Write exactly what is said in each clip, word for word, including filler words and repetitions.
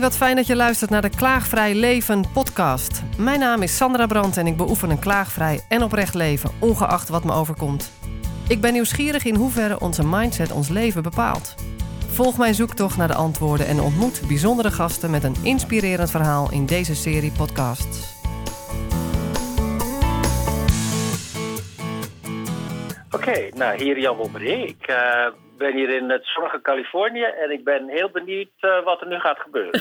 wat fijn dat je luistert naar de Klaagvrij Leven podcast. Mijn naam is Sandra Brandt en ik beoefen een klaagvrij en oprecht leven, ongeacht wat me overkomt. Ik ben nieuwsgierig in hoeverre onze mindset ons leven bepaalt. Volg mijn zoektocht naar de antwoorden en ontmoet bijzondere gasten met een inspirerend verhaal in deze serie podcasts. Oké, okay, nou hier Jan Bombaré. Ik uh, ben hier in het zonnige Californië en ik ben heel benieuwd uh, wat er nu gaat gebeuren.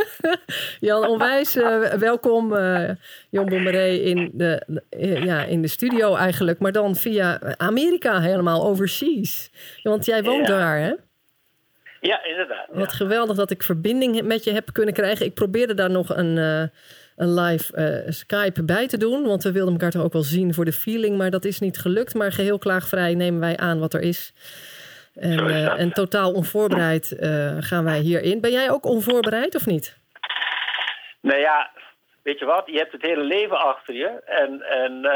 Jan, onwijs uh, welkom uh, Jan Bombaré in de, uh, ja, in de studio eigenlijk, maar dan via Amerika helemaal, overseas. Want jij woont ja. daar, hè? Ja, inderdaad. Wat ja. geweldig dat ik verbinding met je heb kunnen krijgen. Ik probeerde daar nog een... Uh, een live uh, Skype bij te doen. Want we wilden elkaar toch ook wel zien voor de feeling. Maar dat is niet gelukt. Maar geheel klaagvrij nemen wij aan wat er is. En, uh, en totaal onvoorbereid uh, gaan wij hierin. Ben jij ook onvoorbereid of niet? Nou ja, weet je wat? Je hebt het hele leven achter je. En, en uh,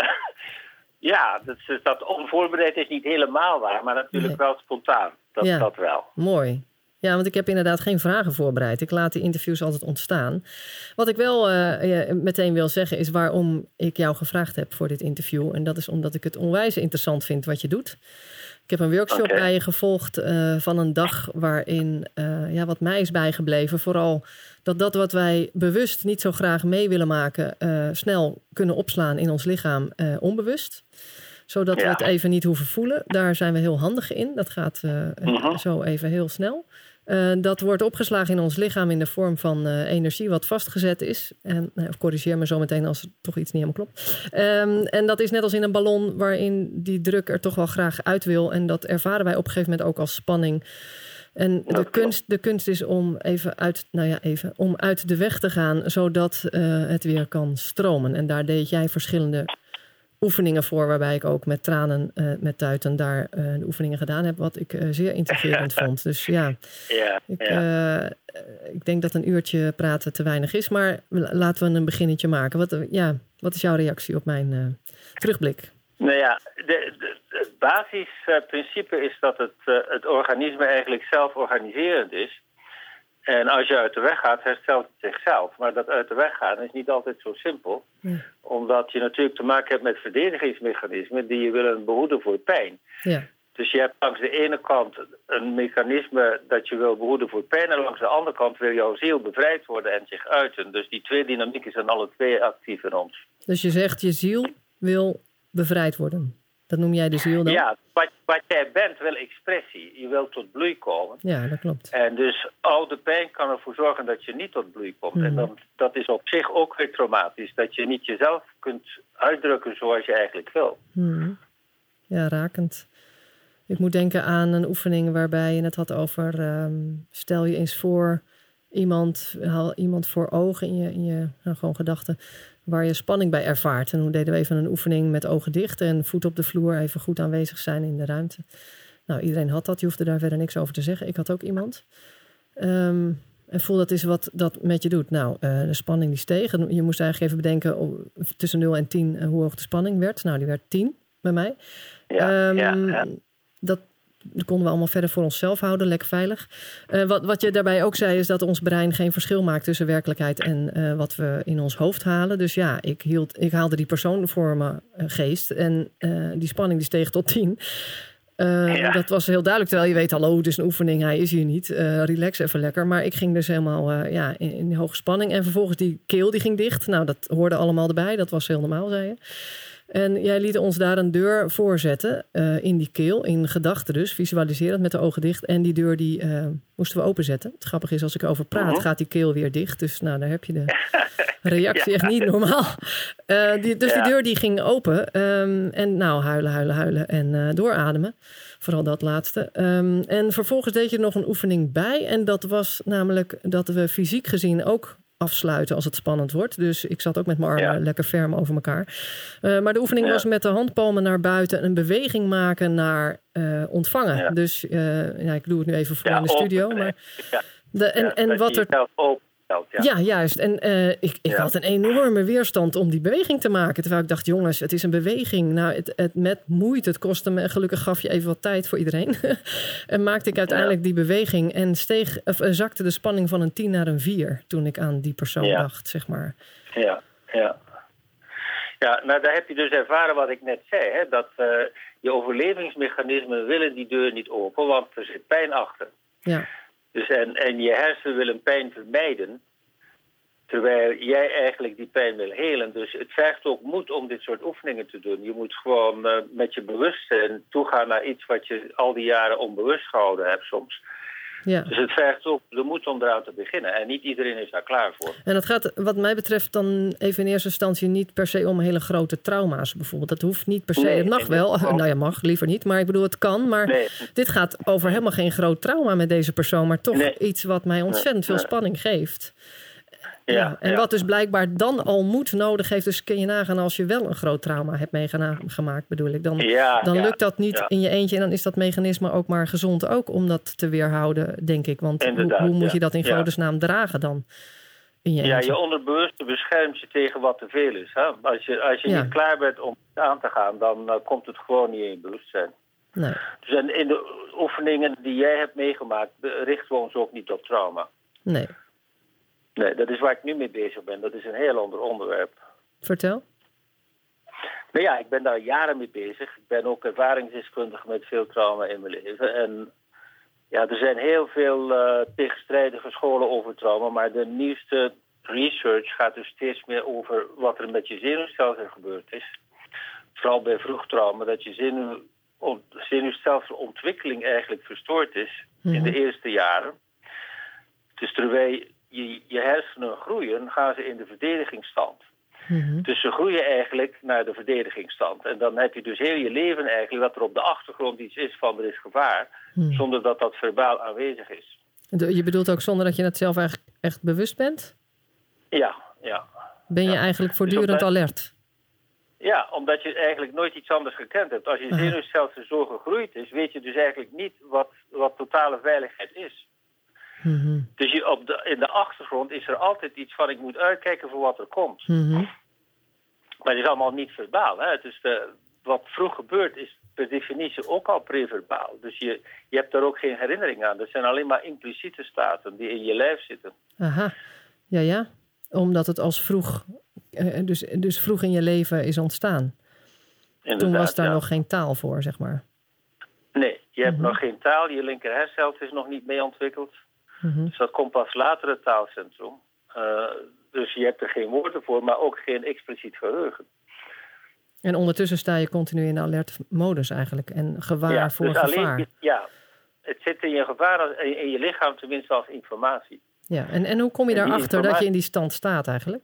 ja, dat, dat onvoorbereid is niet helemaal waar. Maar natuurlijk nee. wel spontaan. Dat, ja, dat wel. Mooi. Ja, want ik heb inderdaad geen vragen voorbereid. Ik laat die interviews altijd ontstaan. Wat ik wel uh, meteen wil zeggen is waarom ik jou gevraagd heb voor dit interview. En dat is omdat ik het onwijs interessant vind wat je doet. Ik heb een workshop okay. bij je gevolgd uh, van een dag waarin uh, ja, wat mij is bijgebleven. Vooral dat dat wat wij bewust niet zo graag mee willen maken uh, snel kunnen opslaan in ons lichaam uh, onbewust. Zodat ja. we het even niet hoeven voelen. Daar zijn we heel handig in. Dat gaat uh, uh-huh. zo even heel snel. Uh, dat wordt opgeslagen in ons lichaam in de vorm van uh, energie wat vastgezet is. En uh, corrigeer me zo meteen als het toch iets niet helemaal klopt. Um, en dat is net als in een ballon waarin die druk er toch wel graag uit wil. En dat ervaren wij op een gegeven moment ook als spanning. En de kunst, de kunst is om even uit, nou ja, even, om uit de weg te gaan, zodat uh, het weer kan stromen. En daar deed jij verschillende oefeningen voor, waarbij ik ook met tranen, uh, met tuiten daar uh, de oefeningen gedaan heb, wat ik uh, zeer intrigerend vond. Dus ja, ja, ik, ja. Uh, ik denk dat een uurtje praten te weinig is, maar laten we een beginnetje maken. Wat, uh, ja, wat is jouw reactie op mijn uh, terugblik? Nou ja, de, de, het basisprincipe is dat het, uh, het organisme eigenlijk zelforganiserend is. En als je uit de weg gaat, herstelt het zichzelf. Maar dat uit de weg gaan is niet altijd zo simpel. Ja. Omdat je natuurlijk te maken hebt met verdedigingsmechanismen die je willen behoeden voor pijn. Ja. Dus je hebt langs de ene kant een mechanisme dat je wil behoeden voor pijn. En langs de andere kant wil jouw ziel bevrijd worden en zich uiten. Dus die twee dynamieken zijn alle twee actief in ons. Dus je zegt je ziel wil bevrijd worden. Dat noem jij de ziel dan? Ja, wat, wat jij bent wil expressie. Je wilt tot bloei komen. Ja, dat klopt. En dus oude pijn kan ervoor zorgen dat je niet tot bloei komt. Mm. En dan, dat is op zich ook weer traumatisch. Dat je niet jezelf kunt uitdrukken zoals je eigenlijk wil. Mm. Ja, rakend. Ik moet denken aan een oefening waarbij je het had over... Um, stel je eens voor iemand, haal iemand voor ogen in je, in je nou, gewoon gedachten, waar je spanning bij ervaart. En toen deden we even een oefening met ogen dicht en voet op de vloer, even goed aanwezig zijn in de ruimte. Nou, iedereen had dat. Je hoefde daar verder niks over te zeggen. Ik had ook iemand. Um, en voel dat is wat dat met je doet. Nou, uh, de spanning die steeg. Je moest eigenlijk even bedenken oh, tussen nul en tien uh, hoe hoog de spanning werd. Nou, die werd tien bij mij. Ja, um, ja, ja. Dat Dat konden we allemaal verder voor onszelf houden, lekker veilig. Uh, wat, wat je daarbij ook zei is dat ons brein geen verschil maakt tussen werkelijkheid en uh, wat we in ons hoofd halen. Dus ja, ik, hield, ik haalde die persoon voor mijn uh, geest en uh, die spanning die steeg tot tien. Uh, ja. Dat was heel duidelijk, terwijl je weet, hallo, het is een oefening, hij is hier niet. Uh, relax even lekker. Maar ik ging dus helemaal uh, ja, in, in hoge spanning. En vervolgens die keel die ging dicht. Nou, dat hoorde allemaal erbij. Dat was heel normaal, zei je. En jij liet ons daar een deur voorzetten uh, in die keel, in gedachten dus, visualiserend met de ogen dicht. En die deur die uh, moesten we openzetten. Het grappige is, als ik over praat, uh-huh. gaat die keel weer dicht. Dus nou, daar heb je de reactie ja. echt niet normaal. Uh, die, dus ja. die deur die ging open. Um, en nou, huilen, huilen, huilen en uh, doorademen. Vooral dat laatste. Um, en vervolgens deed je er nog een oefening bij. En dat was namelijk dat we fysiek gezien ook afsluiten als het spannend wordt. Dus ik zat ook met mijn armen ja. lekker ferm over elkaar. Uh, maar de oefening ja. was met de handpalmen naar buiten een beweging maken naar uh, ontvangen. Ja. Dus uh, ja, ik doe het nu even voor ja, in de studio. Maar ja. de, en, ja, en wat er... herstelt. Ja, ja juist. En uh, ik, ik ja. had een enorme weerstand om die beweging te maken. Terwijl ik dacht, jongens, het is een beweging. Nou, het, het met moeite, het kostte me, gelukkig gaf je even wat tijd voor iedereen. En maakte ik uiteindelijk ja. die beweging en steeg, of, uh, zakte de spanning van een tien naar een vier toen ik aan die persoon ja. dacht, zeg maar. Ja, ja. Ja, nou daar heb je dus ervaren wat ik net zei, hè, dat uh, je overlevingsmechanismen willen die deur niet open, want er zit pijn achter. Ja. Dus en, en je hersenen willen pijn vermijden, terwijl jij eigenlijk die pijn wil helen. Dus het vergt ook moed om dit soort oefeningen te doen. Je moet gewoon uh, met je bewustzijn toegaan naar iets wat je al die jaren onbewust gehouden hebt soms. Ja. Dus het vergt ook de moed om eraan te beginnen. En niet iedereen is daar klaar voor. En dat gaat wat mij betreft dan even in eerste instantie niet per se om hele grote trauma's bijvoorbeeld. Dat hoeft niet per se. Nee, het mag wel. Geval... Nou ja, mag liever niet. Maar ik bedoel, het kan. Maar nee. dit gaat over helemaal geen groot trauma met deze persoon. Maar toch nee. iets wat mij ontzettend veel spanning geeft. Ja, ja. En ja. wat dus blijkbaar dan al moed nodig heeft. Dus kun je nagaan als je wel een groot trauma hebt meegemaakt, bedoel ik. Dan, ja, dan ja, lukt dat niet ja. in je eentje. En dan is dat mechanisme ook maar gezond ook om dat te weerhouden, denk ik. Want hoe, hoe moet je dat in godesnaam ja. dragen dan? In je ja, eentje? je onderbewuste beschermt je tegen wat te veel is. Hè? Als je, als je ja. niet klaar bent om aan te gaan, dan uh, komt het gewoon niet in je bewustzijn. Nee. Dus en in de oefeningen die jij hebt meegemaakt, richten we ons ook niet op trauma. Nee. Nee, dat is waar ik nu mee bezig ben. Dat is een heel ander onderwerp. Vertel. Nou ja, ik ben daar jaren mee bezig. Ik ben ook ervaringsdeskundige met veel trauma in mijn leven. En ja, er zijn heel veel uh, tegenstrijdige scholen over trauma. Maar de nieuwste research gaat dus steeds meer over wat er met je zenuwstelsel gebeurd is. Vooral bij vroeg trauma, dat je zenuw, zenuwstelselontwikkeling eigenlijk verstoord is mm-hmm. in de eerste jaren. Dus terwijl Je, je hersenen groeien, gaan ze in de verdedigingsstand. Mm-hmm. Dus ze groeien eigenlijk naar de verdedigingsstand. En dan heb je dus heel je leven eigenlijk dat er op de achtergrond iets is van er is gevaar, mm. zonder dat dat verbaal aanwezig is. Je bedoelt ook zonder dat je het zelf eigenlijk echt bewust bent? Ja, ja. Ben je ja. eigenlijk voortdurend dus omdat, alert? Ja, omdat je eigenlijk nooit iets anders gekend hebt. Als je zenuwstelsel zo gegroeid is, weet je dus eigenlijk niet wat, wat totale veiligheid is. Mm-hmm. Dus je op de, in de achtergrond is er altijd iets van ik moet uitkijken voor wat er komt. Mm-hmm. Maar het is allemaal niet verbaal. Hè? Dus de, wat vroeg gebeurt is per definitie ook al preverbaal. Dus je, je hebt daar ook geen herinnering aan. Dat zijn alleen maar impliciete staten die in je lijf zitten. Aha, ja ja. Omdat het als vroeg, dus, dus vroeg in je leven is ontstaan. Inderdaad, Toen was daar ja. nog geen taal voor, zeg maar. Nee, je hebt mm-hmm. nog geen taal. Je linker hersenhelft is nog niet mee ontwikkeld. Mm-hmm. Dus dat komt pas later het taalcentrum. Uh, dus je hebt er geen woorden voor, maar ook geen expliciet geheugen. En ondertussen sta je continu in de alertmodus eigenlijk. En gewaar ja, voor dus gevaar. Alleen, ja, het zit in je gevaar, in, in je lichaam tenminste als informatie. Ja, en, en hoe kom je daarachter informatie... dat je in die stand staat eigenlijk?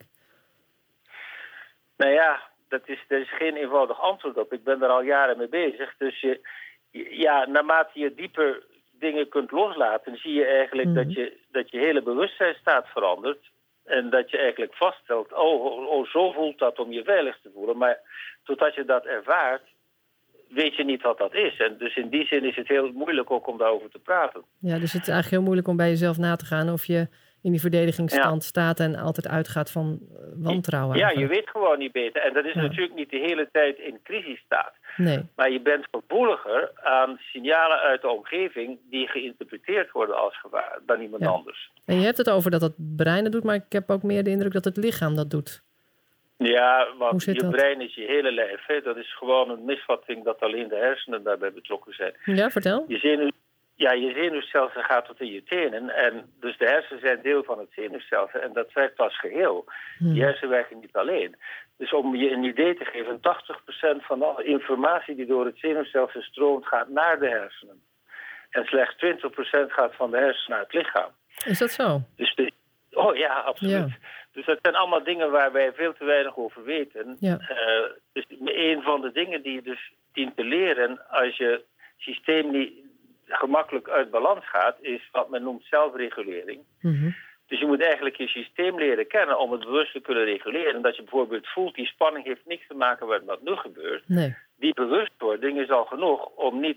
Nou ja, dat is, er is geen eenvoudig antwoord op. Ik ben er al jaren mee bezig. Dus je, ja, naarmate je dieper dingen kunt loslaten, zie je eigenlijk mm-hmm. dat, je, dat je hele bewustzijnstaat verandert. En dat je eigenlijk vaststelt, oh, oh, oh, zo voelt dat om je veilig te voelen. Maar totdat je dat ervaart, weet je niet wat dat is. En dus in die zin is het heel moeilijk ook om daarover te praten. Ja, dus het is eigenlijk heel moeilijk om bij jezelf na te gaan of je in die verdedigingsstand ja. staat en altijd uitgaat van wantrouwen. Ja, eigenlijk. je weet gewoon niet beter. En dat is ja. natuurlijk niet de hele tijd in crisisstaat. Nee. Maar je bent gevoeliger aan signalen uit de omgeving die geïnterpreteerd worden als gevaar dan iemand ja. anders. En je hebt het over dat het brein het doet, maar ik heb ook meer de indruk dat het lichaam dat doet. Ja, want je dat? brein is je hele lijf. Hè? Dat is gewoon een misvatting dat alleen de hersenen daarbij betrokken zijn. Ja, vertel. Je zenuw, ja, je zenuwstelsel gaat tot in je tenen. En dus de hersenen zijn deel van het zenuwstelsel. En dat werkt als geheel. Hmm. Die hersenen werken niet alleen. Dus om je een idee te geven, tachtig procent van alle informatie die door het zenuwstelsel stroomt, gaat naar de hersenen. En slechts twintig procent gaat van de hersenen naar het lichaam. Is dat zo? Dus de, oh ja, absoluut. Ja. Dus dat zijn allemaal dingen waar wij veel te weinig over weten. Ja. Uh, dus een van de dingen die je dus dient te leren als je systeem niet gemakkelijk uit balans gaat, is wat men noemt zelfregulering. Mm-hmm. Dus je moet eigenlijk je systeem leren kennen om het bewust te kunnen reguleren. En dat je bijvoorbeeld voelt, die spanning heeft niks te maken met wat nu gebeurt. Nee. Die bewustwording is al genoeg om niet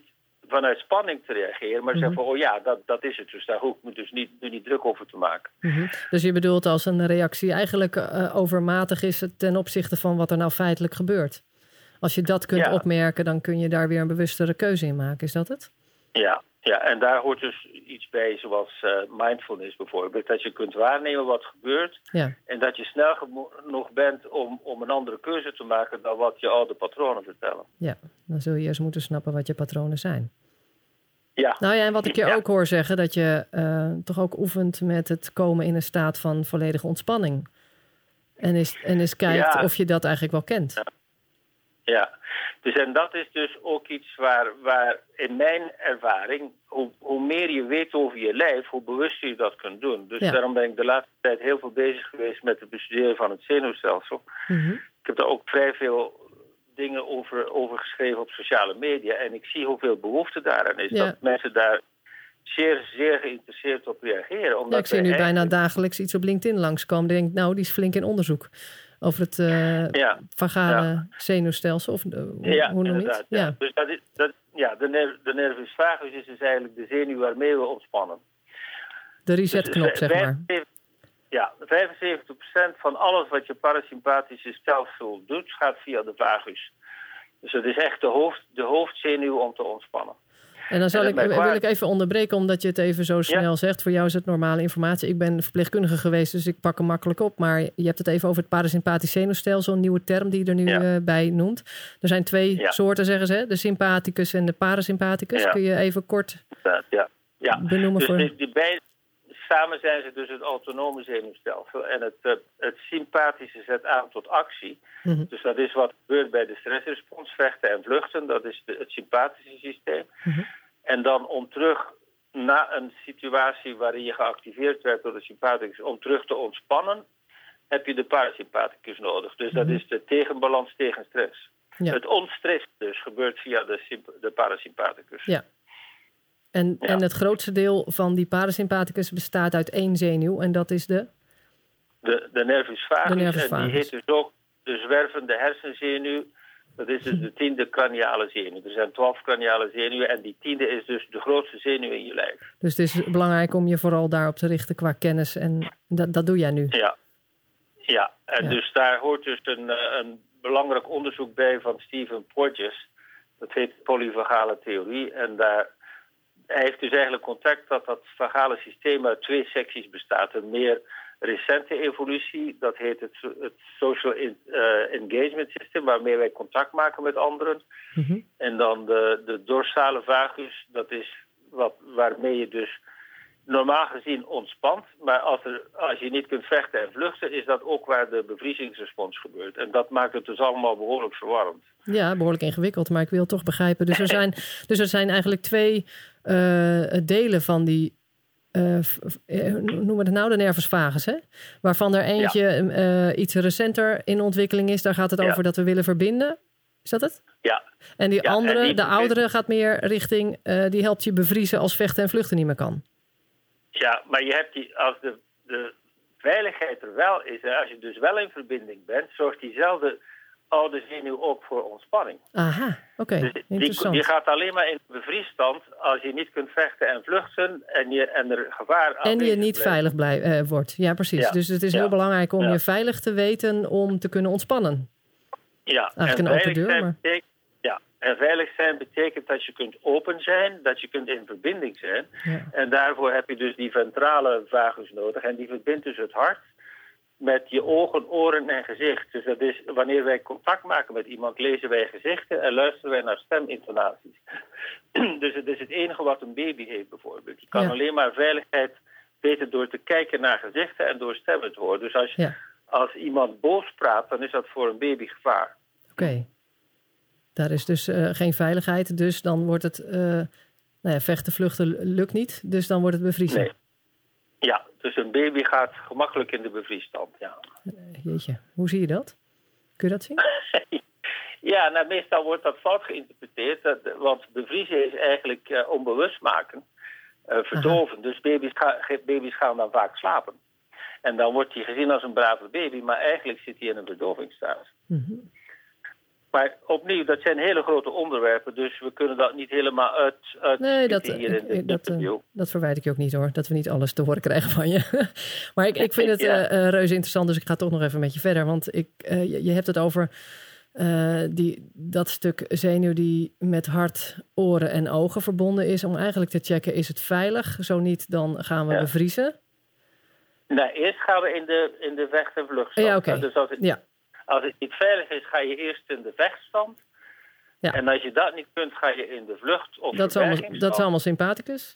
vanuit spanning te reageren. Maar Mm-hmm. zeggen van, oh ja, dat, dat is het. Dus daar hoef ik me dus niet, nu niet druk over te maken. Mm-hmm. Dus je bedoelt als een reactie eigenlijk uh, overmatig is het ten opzichte van wat er nou feitelijk gebeurt. Als je dat kunt ja. opmerken, dan kun je daar weer een bewustere keuze in maken. Is dat het? Ja, ja, en daar hoort dus iets bij zoals uh, mindfulness bijvoorbeeld. Dat je kunt waarnemen wat gebeurt. Ja. En dat je snel genoeg bent om, om een andere keuze te maken dan wat je oude patronen vertellen. Ja, dan zul je eerst moeten snappen wat je patronen zijn. Ja. Nou ja, en wat ik je ja. ook hoor zeggen, dat je uh, toch ook oefent met het komen in een staat van volledige ontspanning. En eens, en eens kijkt ja. of je dat eigenlijk wel kent. Ja. Ja, dus en dat is dus ook iets waar, waar in mijn ervaring, hoe, hoe meer je weet over je lijf, hoe bewuster je dat kunt doen. Dus ja. daarom ben ik de laatste tijd heel veel bezig geweest met het bestuderen van het zenuwstelsel. Mm-hmm. Ik heb daar ook vrij veel dingen over, over geschreven op sociale media. En ik zie hoeveel behoefte daaraan is. Ja. Dat mensen daar zeer, zeer geïnteresseerd op reageren. Omdat ja, ik zie nu bijna dagelijks iets op LinkedIn langskomen. Ik denk, nou, die is flink in onderzoek. Over het uh, ja. vagale ja. zenuwstelsel. Of, uh, hoe, ja, hoe noem je het? Ja. Ja. Dus dat is, dat, ja, de, nerv, de nervus vagus is dus eigenlijk de zenuw waarmee we ontspannen. De resetknop, dus, zeg maar. Ja, vijfenzeventig procent van alles wat je parasympathische stelsel doet, gaat via de vagus. Dus het is echt de, hoofd, de hoofdzenuw om te ontspannen. En dan zal en ik, wil ik even onderbreken, omdat je het even zo snel ja. zegt. Voor jou is het normale informatie. Ik ben verpleegkundige geweest, dus ik pak hem makkelijk op. Maar je hebt het even over het parasympathisch zenuwstelsel, een nieuwe term die je er nu ja. uh, bij noemt. Er zijn twee ja. soorten, zeggen ze, de sympathicus en de parasympathicus. Ja. Kun je even kort ja. Ja. benoemen? Dus voor... die, die beide, samen zijn ze dus het autonome zenuwstelsel. En het, uh, het sympathische zet aan tot actie. Mm-hmm. Dus dat is wat gebeurt bij de stressrespons, vechten en vluchten. Dat is de, het sympathische systeem. Mm-hmm. En dan om terug na een situatie waarin je geactiveerd werd door de sympathicus, om terug te ontspannen, heb je de parasympathicus nodig. Dus mm-hmm. dat is de tegenbalans tegen stress. Ja. Het onstress dus gebeurt via de, de parasympathicus. Ja. En, ja. en het grootste deel van die parasympathicus bestaat uit één zenuw en dat is de? De, de nervus vagus. De nervus vagus. En die heet dus ook de zwervende hersenzenuw. Dat is dus de tiende craniale zenuw. Er zijn twaalf craniale zenuwen en die tiende is dus de grootste zenuw in je lijf. Dus het is belangrijk om je vooral daarop te richten qua kennis en dat, dat doe jij nu? Ja, ja. en ja. dus daar hoort dus een, een belangrijk onderzoek bij van Stephen Porges. Dat heet polyvagale theorie en daar... Hij heeft dus eigenlijk contact dat dat vagale systeem uit twee secties bestaat. Een meer recente evolutie, dat heet het, het social in, uh, engagement system, waarmee wij contact maken met anderen. Mm-hmm. En dan de, de dorsale vagus, dat is wat, waarmee je dus normaal gezien ontspant. Maar als, er, als je niet kunt vechten en vluchten, is dat ook waar de bevriezingsrespons gebeurt. En dat maakt het dus allemaal behoorlijk verwarrend. Ja, behoorlijk ingewikkeld, maar ik wil het toch begrijpen. Dus er zijn, dus er zijn eigenlijk twee uh, delen van die, uh, noem het nou, de nervus vagus, hè? Waarvan er eentje ja. uh, iets recenter in ontwikkeling is. Daar gaat het ja. over dat we willen verbinden. Is dat het? Ja. En die ja, andere, en die de oudere, gaat meer richting, uh, die helpt je bevriezen als vechten en vluchten niet meer kan. Ja, maar je hebt die, als de, de veiligheid er wel is, en als je dus wel in verbinding bent, zorgt diezelfde oude zenuw ook voor ontspanning. Aha, oké, okay. Dus interessant. Die, die gaat alleen maar in bevriesstand als je niet kunt vechten en vluchten en, je, en er gevaar aan En je niet blijft. veilig blij, uh, wordt. Ja, precies. Ja. Dus het is ja. heel belangrijk om ja. je veilig te weten om te kunnen ontspannen. Ja, eigenlijk en een open deur, maar... betekent, ja, en veilig zijn betekent dat je kunt open zijn, dat je kunt in verbinding zijn. Ja. En daarvoor heb je dus die ventrale vagus nodig. En die verbindt dus het hart met je ogen, oren en gezicht. Dus dat is, wanneer wij contact maken met iemand, lezen wij gezichten en luisteren wij naar stemintonaties. Dus het is het enige wat een baby heeft bijvoorbeeld. Je kan ja. alleen maar veiligheid weten door te kijken naar gezichten en door stemmen te horen. Dus als, ja. als iemand boos praat, dan is dat voor een baby gevaar. Oké. Okay. Daar is dus uh, geen veiligheid, dus dan wordt het... Uh, nou ja, vechten, vluchten lukt niet, dus dan wordt het bevriezen. Nee. Ja, dus een baby gaat gemakkelijk in de bevriesstand, ja. Uh, jeetje, hoe zie je dat? Kun je dat zien? Ja, nou, meestal wordt dat fout geïnterpreteerd, dat, want bevriezen is eigenlijk uh, onbewust maken, uh, verdoven. Aha. Dus baby's, ga, baby's gaan dan vaak slapen. En dan wordt hij gezien als een brave baby, maar eigenlijk zit hij in een verdovingsstaat. Mm-hmm. Maar opnieuw, dat zijn hele grote onderwerpen, dus we kunnen dat niet helemaal uit, uit nee, dat, hier in dit dat, interview. Uh, dat verwijt ik je ook niet hoor, dat we niet alles te horen krijgen van je. Maar ik, ik vind het ja. uh, reuze interessant, dus ik ga toch nog even met je verder. Want ik, uh, je, je hebt het over uh, die, dat stuk zenuw die met hart, oren en ogen verbonden is. Om eigenlijk te checken, is het veilig? Zo niet, dan gaan we ja. bevriezen. Nee, eerst gaan we in de, in de vecht- en vluchtstand. Ja, oké. Dus als het, ja. als het niet veilig is, ga je eerst in de vechtstand. Ja. En als je dat niet kunt, ga je in de vlucht of dat is allemaal, dat is allemaal sympathicus.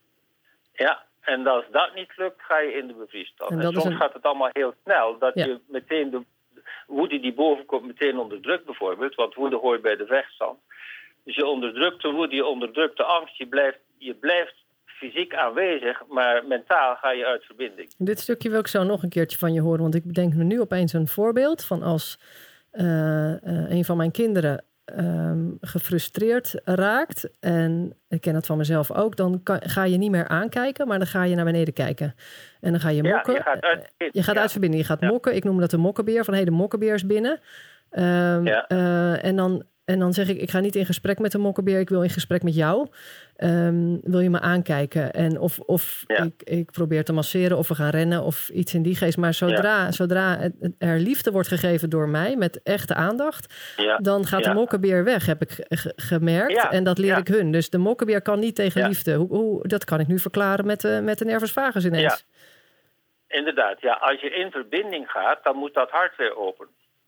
Ja, en als dat niet lukt, ga je in de bevriesstand. En, en soms een... gaat het allemaal heel snel, dat ja. je meteen de woede die boven komt meteen onderdrukt bijvoorbeeld. Want woede hoort bij de vechtstand. Dus je onderdrukt de woede, je onderdrukt de angst, je blijft, je blijft fysiek aanwezig, maar mentaal ga je uit verbinding. Dit stukje wil ik zo nog een keertje van je horen, want ik bedenk me nu opeens een voorbeeld van als uh, uh, een van mijn kinderen um, gefrustreerd raakt, en ik ken het van mezelf ook, dan kan, ga je niet meer aankijken, maar dan ga je naar beneden kijken. En dan ga je mokken. Ja, je gaat uit, je gaat ja. uit verbinding, je gaat ja. mokken. Ik noem dat de mokkenbeer, van hé, hey, de mokkenbeer is binnen. Um, ja. uh, en dan En dan zeg ik, ik ga niet in gesprek met de mokkenbeer, ik wil in gesprek met jou. Um, wil je me aankijken? En of of ja. ik, ik probeer te masseren of we gaan rennen of iets in die geest. Maar zodra, ja. zodra er liefde wordt gegeven door mij met echte aandacht, ja. dan gaat ja. de mokkenbeer weg, heb ik g- gemerkt. Ja. En dat leer ja. ik hun. Dus de mokkenbeer kan niet tegen ja. liefde. Hoe, hoe, dat kan ik nu verklaren met de, met de nervus vagus ineens. Ja. Inderdaad, ja. Als je in verbinding gaat, dan moet dat hart weer open.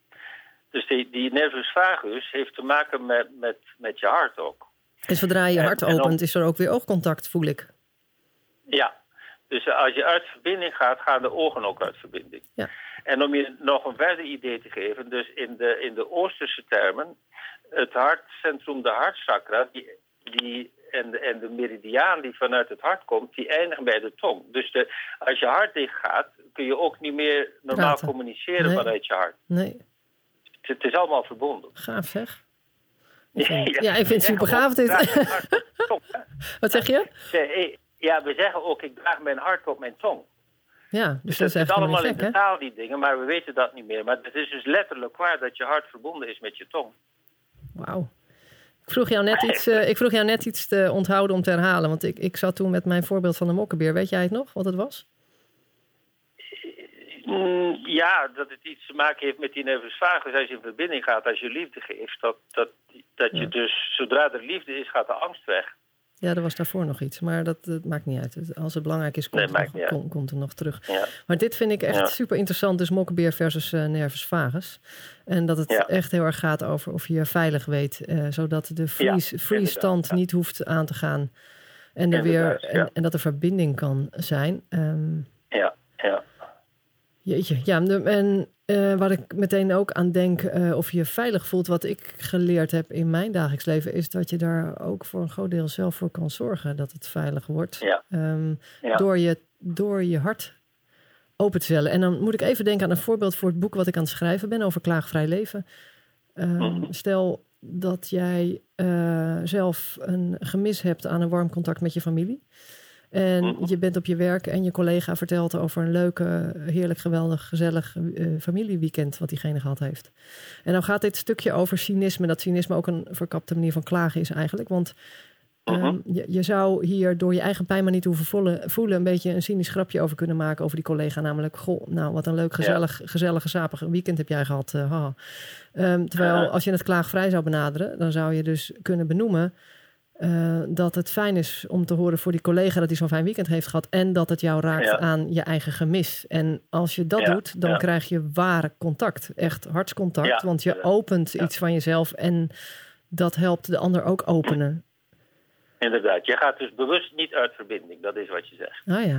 Dus die, die nervus vagus heeft te maken met, met, met je hart ook. En zodra je je hart en, opent, en om, is er ook weer oogcontact, voel ik. Ja, dus als je uit verbinding gaat, gaan de ogen ook uit verbinding. Ja. En om je nog een verder idee te geven, dus in de, in de Oosterse termen, het hartcentrum, de hartchakra, die, die, en, de, en de meridiaan die vanuit het hart komt, die eindigen bij de tong. Dus de, als je hart dicht gaat, kun je ook niet meer normaal Praten. communiceren nee. vanuit je hart. Nee. Het is allemaal verbonden. Gaaf zeg. Ik vind, ja, ja, ik vind het super gaaf dit. Wat zeg je? Ja, we zeggen ook, ik draag mijn hart op mijn tong. Ja, dus, dus dat, dat is allemaal gek, in de taal die dingen, maar we weten dat niet meer. Maar het is dus letterlijk waar dat je hart verbonden is met je tong. Wauw. Ik vroeg jou net iets, uh, ik vroeg jou net iets te onthouden om te herhalen. Want ik, ik zat toen met mijn voorbeeld van de mokkenbeer. Weet jij het nog, wat het was? Mm, ja, dat het iets te maken heeft met die nervus vagus. Als je in verbinding gaat, als je liefde geeft. Dat, dat, dat je ja. dus, zodra er liefde is, gaat de angst weg. Ja, er was daarvoor nog iets. Maar dat, dat maakt niet uit. Als het belangrijk is, komt, nee, het, nog, kom, komt het nog terug. Ja. Maar dit vind ik echt ja. super interessant. Dus mokkenbeer versus uh, nervus vagus. En dat het ja. echt heel erg gaat over of je je veilig weet. Uh, zodat de freeze, ja, free stand ja. niet hoeft aan te gaan. En, er weer, ja. en, en dat er verbinding kan zijn. Um, ja, ja. Jeetje, ja, en uh, waar ik meteen ook aan denk, uh, of je je veilig voelt, wat ik geleerd heb in mijn dagelijks leven, is dat je daar ook voor een groot deel zelf voor kan zorgen dat het veilig wordt. Ja. Um, ja. door, je, door je hart open te stellen. En dan moet ik even denken aan een voorbeeld voor het boek wat ik aan het schrijven ben over klaagvrij leven. Um, mm-hmm. Stel dat jij uh, zelf een gemis hebt aan een warm contact met je familie. En mm-hmm. je bent op je werk en je collega vertelt over een leuke, heerlijk, geweldig, gezellig uh, familieweekend wat diegene gehad heeft. En dan gaat dit stukje over cynisme. Dat cynisme ook een verkapte manier van klagen is eigenlijk. Want um, mm-hmm. je, je zou hier door je eigen pijn maar niet hoeven voelen, voelen... een beetje een cynisch grapje over kunnen maken over die collega. Namelijk, goh, nou wat een leuk, gezellig, ja. gezellig, gezapig weekend heb jij gehad. Uh, haha. Um, terwijl uh-huh. als je het klaagvrij zou benaderen, dan zou je dus kunnen benoemen Uh, dat het fijn is om te horen voor die collega dat hij zo'n fijn weekend heeft gehad en dat het jou raakt ja. aan je eigen gemis. En als je dat ja. doet, dan ja. krijg je ware contact, echt hartscontact, ja. want je opent ja. iets van jezelf en dat helpt de ander ook openen. Inderdaad, je gaat dus bewust niet uit verbinding, dat is wat je zegt. Ah ja.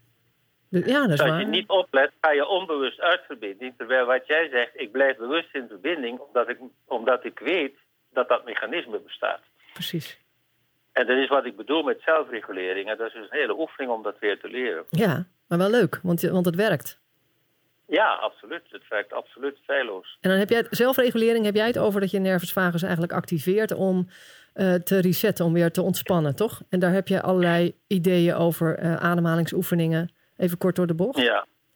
De, ja, dat is dus als waar. je niet oplet, ga je onbewust uit verbinding, terwijl wat jij zegt, ik blijf bewust in verbinding, omdat ik, omdat ik weet dat dat mechanisme bestaat. Precies. En dat is wat ik bedoel met zelfregulering. En dat is dus een hele oefening om dat weer te leren. Ja, maar wel leuk, want, want het werkt. Ja, absoluut. Het werkt absoluut feilloos. En dan heb jij het, zelfregulering, heb jij het over dat je nervus vagus eigenlijk activeert om uh, te resetten, om weer te ontspannen, toch? En daar heb je allerlei ideeën over, uh, ademhalingsoefeningen. Even kort door de bocht. Ja.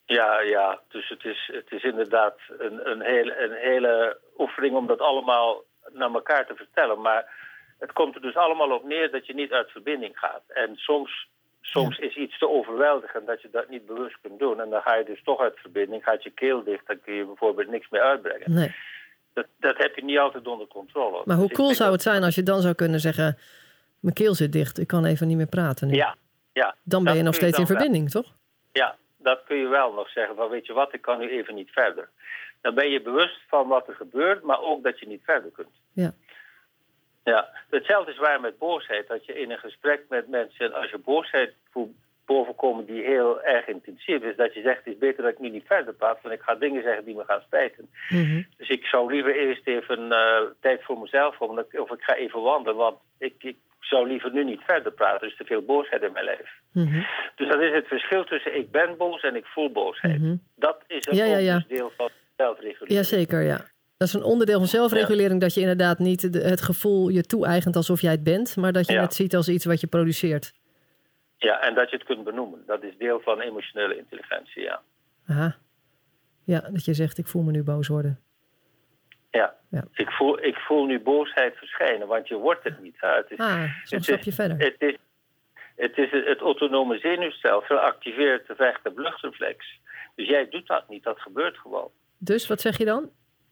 Ja, ja. Dus het is, het is inderdaad een, een, hele, een hele oefening om dat allemaal naar elkaar te vertellen. Maar het komt er dus allemaal op neer dat je niet uit verbinding gaat. En soms, soms ja. is iets te overweldigend dat je dat niet bewust kunt doen. En dan ga je dus toch uit verbinding, gaat je keel dicht, dan kun je bijvoorbeeld niks meer uitbrengen. Nee. Dat, dat heb je niet altijd onder controle. Maar hoe dus cool zou dat... het zijn als je dan zou kunnen zeggen, mijn keel zit dicht, ik kan even niet meer praten nu. Ja, ja. Dan ben je nog steeds in verbinding, wel. toch? Ja, dat kun je wel nog zeggen van weet je wat, ik kan nu even niet verder. Dan ben je bewust van wat er gebeurt, maar ook dat je niet verder kunt. Ja. Ja, hetzelfde is waar met boosheid. Dat je in een gesprek met mensen, als je boosheid voelt bovenkomen die heel erg intensief is, dat je zegt, het is beter dat ik nu niet verder praat, want ik ga dingen zeggen die me gaan spijten. Mm-hmm. Dus ik zou liever eerst even uh, tijd voor mezelf hebben, of ik ga even wandelen, want ik, ik zou liever nu niet verder praten. Er is te veel boosheid in mijn lijf. Mm-hmm. Dus dat is het verschil tussen ik ben boos en ik voel boosheid. Mm-hmm. Dat is een ja, ja, ja. deel van zelfregulering. Jazeker, ja. Dat is een onderdeel van zelfregulering, ja. Dat je inderdaad niet het gevoel je toe-eigent alsof jij het bent, maar dat je ja. het ziet als iets wat je produceert. Ja, en dat je het kunt benoemen. Dat is deel van emotionele intelligentie, ja. Aha. Ja, dat je zegt, ik voel me nu boos worden. Ja, ja. Ik, voel, ik voel nu boosheid verschijnen, want je wordt het niet. Het is, ah, zo'n stapje is, verder. Het is, het is het autonome zenuwstelsel activeert de vecht- en vluchtreflex. Dus jij doet dat niet, dat gebeurt gewoon. Dus, wat zeg je dan?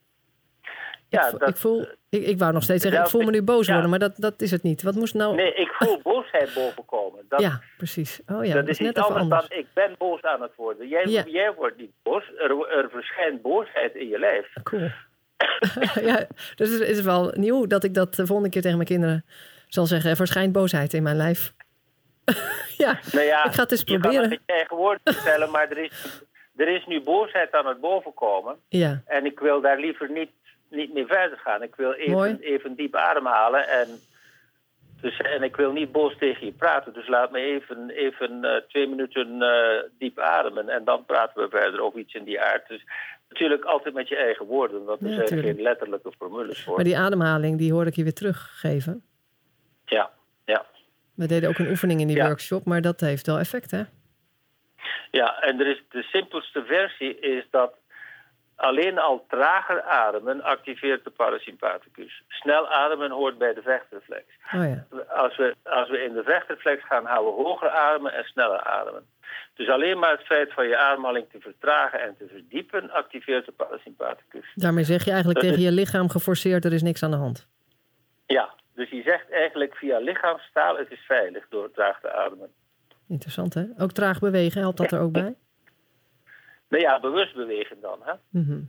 Ja, ik, dat, ik, voel, ik, ik wou nog steeds zeggen, ik voel me nu boos ja. worden, maar dat, dat is het niet. Wat moest nou... Nee, ik voel boosheid bovenkomen. Dat, ja, precies. Oh ja, dat, dat is net iets anders, anders dan ik ben boos aan het worden. Jij, ja. jij wordt niet boos, er, er verschijnt boosheid in je lijf. Cool. ja, dus het is wel nieuw dat ik dat de volgende keer tegen mijn kinderen zal zeggen, er verschijnt boosheid in mijn lijf. ja, nou ja, ik ga het eens je proberen. Je kan het met je eigen woorden vertellen, maar er is, er is nu boosheid aan het bovenkomen. Ja. En ik wil daar liever niet, niet meer verder gaan. Ik wil even, even diep ademhalen en, dus, en ik wil niet boos tegen je praten. Dus laat me even, even uh, twee minuten uh, diep ademen en dan praten we verder of iets in die aard. Dus natuurlijk altijd met je eigen woorden, want er ja, zijn tuurlijk. geen letterlijke formules voor. Maar die ademhaling, die hoorde ik je weer teruggeven. Ja, ja. We deden ook een oefening in die ja. workshop, maar dat heeft wel effect, hè? Ja, en er is de simpelste versie is dat alleen al trager ademen activeert de parasympathicus. Snel ademen hoort bij de vechtreflex. Oh ja. Als we, als we in de vechtreflex gaan, gaan we hoger ademen en sneller ademen. Dus alleen maar het feit van je ademhaling te vertragen en te verdiepen activeert de parasympathicus. Daarmee zeg je eigenlijk dat tegen is... je lichaam geforceerd, er is niks aan de hand. Ja, dus je zegt eigenlijk via lichaamstaal, het is veilig door traag te ademen. Interessant, hè? Ook traag bewegen, helpt dat er ook bij? Nou ja, bewust bewegen dan, hè? Mm-hmm.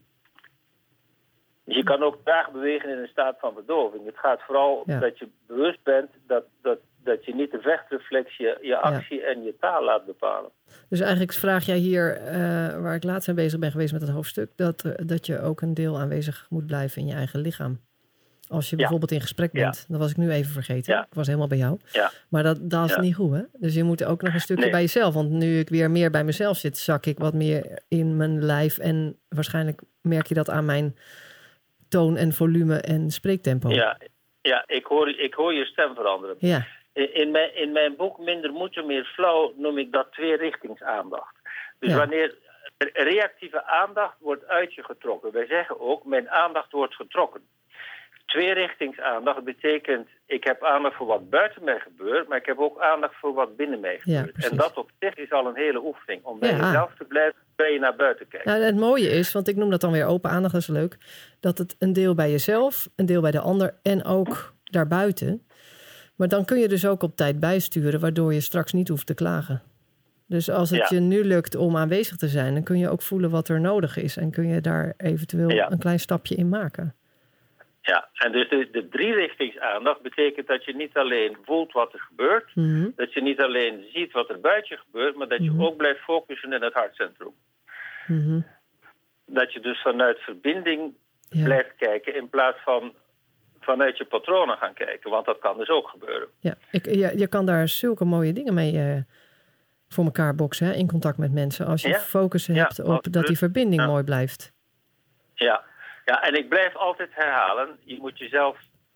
Dus je kan ook traag bewegen in een staat van verdoving. Het gaat vooral ja. dat je bewust bent dat, dat, dat je niet de vechtreflex je, je actie ja. en je taal laat bepalen. Dus eigenlijk vraag jij hier, uh, waar ik laatst mee bezig ben geweest met het hoofdstuk, dat, uh, dat je ook een deel aanwezig moet blijven in je eigen lichaam. Als je bijvoorbeeld ja. in gesprek bent, ja. dat was ik nu even vergeten. Ja. Ik was helemaal bij jou. Ja. Maar dat, dat is ja. niet goed, hè? Dus je moet ook nog een stukje nee. bij jezelf. Want nu ik weer meer bij mezelf zit, zak ik wat meer in mijn lijf. En waarschijnlijk merk je dat aan mijn toon en volume en spreektempo. Ja, ja ik, hoor, ik hoor je stem veranderen. Ja. In, in, mijn, in mijn boek Minder Moeten, Meer Flow noem ik dat tweerichtingsaandacht. Dus ja. wanneer reactieve aandacht wordt uit je getrokken. Wij zeggen ook, mijn aandacht wordt getrokken. Tweerichtingsaandacht betekent, ik heb aandacht voor wat buiten mij gebeurt, maar ik heb ook aandacht voor wat binnen mij gebeurt. Ja, en dat op zich is al een hele oefening. Om bij ja. jezelf te blijven, bij je naar buiten kijken. Ja, het mooie is, want ik noem dat dan weer open aandacht, dat is leuk, dat het een deel bij jezelf, een deel bij de ander en ook daarbuiten. Maar dan kun je dus ook op tijd bijsturen, waardoor je straks niet hoeft te klagen. Dus als het ja. je nu lukt om aanwezig te zijn, dan kun je ook voelen wat er nodig is. En kun je daar eventueel ja. een klein stapje in maken. Ja, en dus de, de drierichtingsaandacht betekent dat je niet alleen voelt wat er gebeurt. Mm-hmm. Dat je niet alleen ziet wat er buiten gebeurt, maar dat je mm-hmm. ook blijft focussen in het hartcentrum. Mm-hmm. Dat je dus vanuit verbinding ja. blijft kijken in plaats van vanuit je patronen gaan kijken. Want dat kan dus ook gebeuren. Ja, ik, je, je kan daar zulke mooie dingen mee uh, voor elkaar boksen, hè, in contact met mensen. Als je ja? focus hebt ja, op absoluut. Dat die verbinding ja. mooi blijft. Ja. Ja, en ik blijf altijd herhalen, je moet jezelf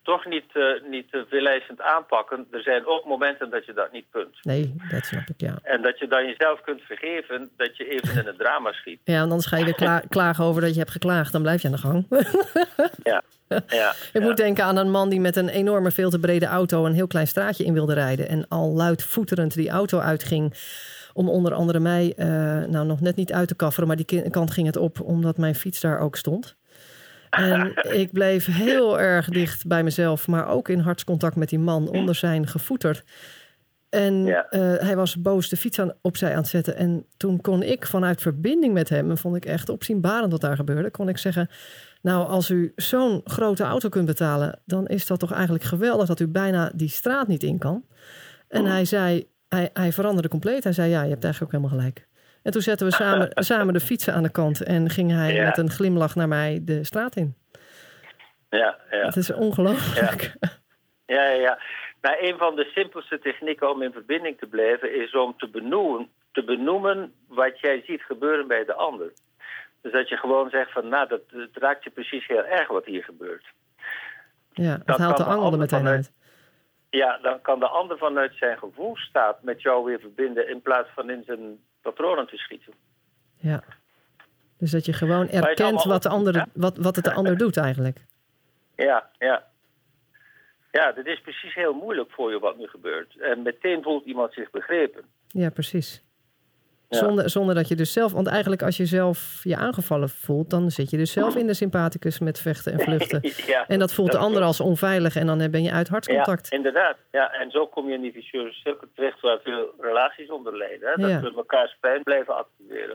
toch niet, uh, niet te veeleisend aanpakken. Er zijn ook momenten dat je dat niet kunt. Nee, dat snap ik, ja. En dat je dan jezelf kunt vergeven dat je even in het drama schiet. Ja, en anders ga je weer kla- klagen over dat je hebt geklaagd. Dan blijf je aan de gang. Ja. Ja, ik ja. moet denken aan een man die met een enorme, veel te brede auto een heel klein straatje in wilde rijden. En al luidvoeterend die auto uitging om onder andere mij uh, nou nog net niet uit te kafferen. Maar die kant ging het op omdat mijn fiets daar ook stond. En ik bleef heel erg dicht bij mezelf, maar ook in hartscontact met die man onder zijn gevoeter. En ja. uh, hij was boos de fiets aan, opzij aan het zetten. En toen kon ik vanuit verbinding met hem, en vond ik echt opzienbarend wat daar gebeurde, kon ik zeggen, nou, als u zo'n grote auto kunt betalen, dan is dat toch eigenlijk geweldig dat u bijna die straat niet in kan. En hij zei, hij, hij veranderde compleet. Hij zei, ja, je hebt eigenlijk ook helemaal gelijk. En toen zetten we samen, samen de fietsen aan de kant en ging hij ja. met een glimlach naar mij de straat in. Ja, ja. Het is ongelooflijk. Ja, ja, ja. ja. Nou, een van de simpelste technieken om in verbinding te blijven is om te benoemen, te benoemen wat jij ziet gebeuren bij de ander. Dus dat je gewoon zegt van, nou, dat, het raakt je precies heel erg wat hier gebeurt. Ja, het haalt de angel er meteen vanuit, uit. Ja, dan kan de ander vanuit zijn gevoelsstaat met jou weer verbinden in plaats van in zijn patronen te schieten. Ja, dus dat je gewoon erkent wat, de andere, wat, wat het de ander doet eigenlijk. Ja, ja. Ja, dit is precies heel moeilijk voor je wat nu gebeurt. En meteen voelt iemand zich begrepen. Ja, precies. Ja. Zonder, zonder dat je dus zelf... Want eigenlijk als je zelf je aangevallen voelt, dan zit je dus zelf in de sympathicus met vechten en vluchten. Ja, en dat voelt dat de ander als onveilig en dan ben je uit hartscontact. Ja, inderdaad. Ja, en zo kom je in die vicieuze cirkel terecht waar veel relaties onder lijden. Hè? Dat ja. we elkaars pijn blijven activeren.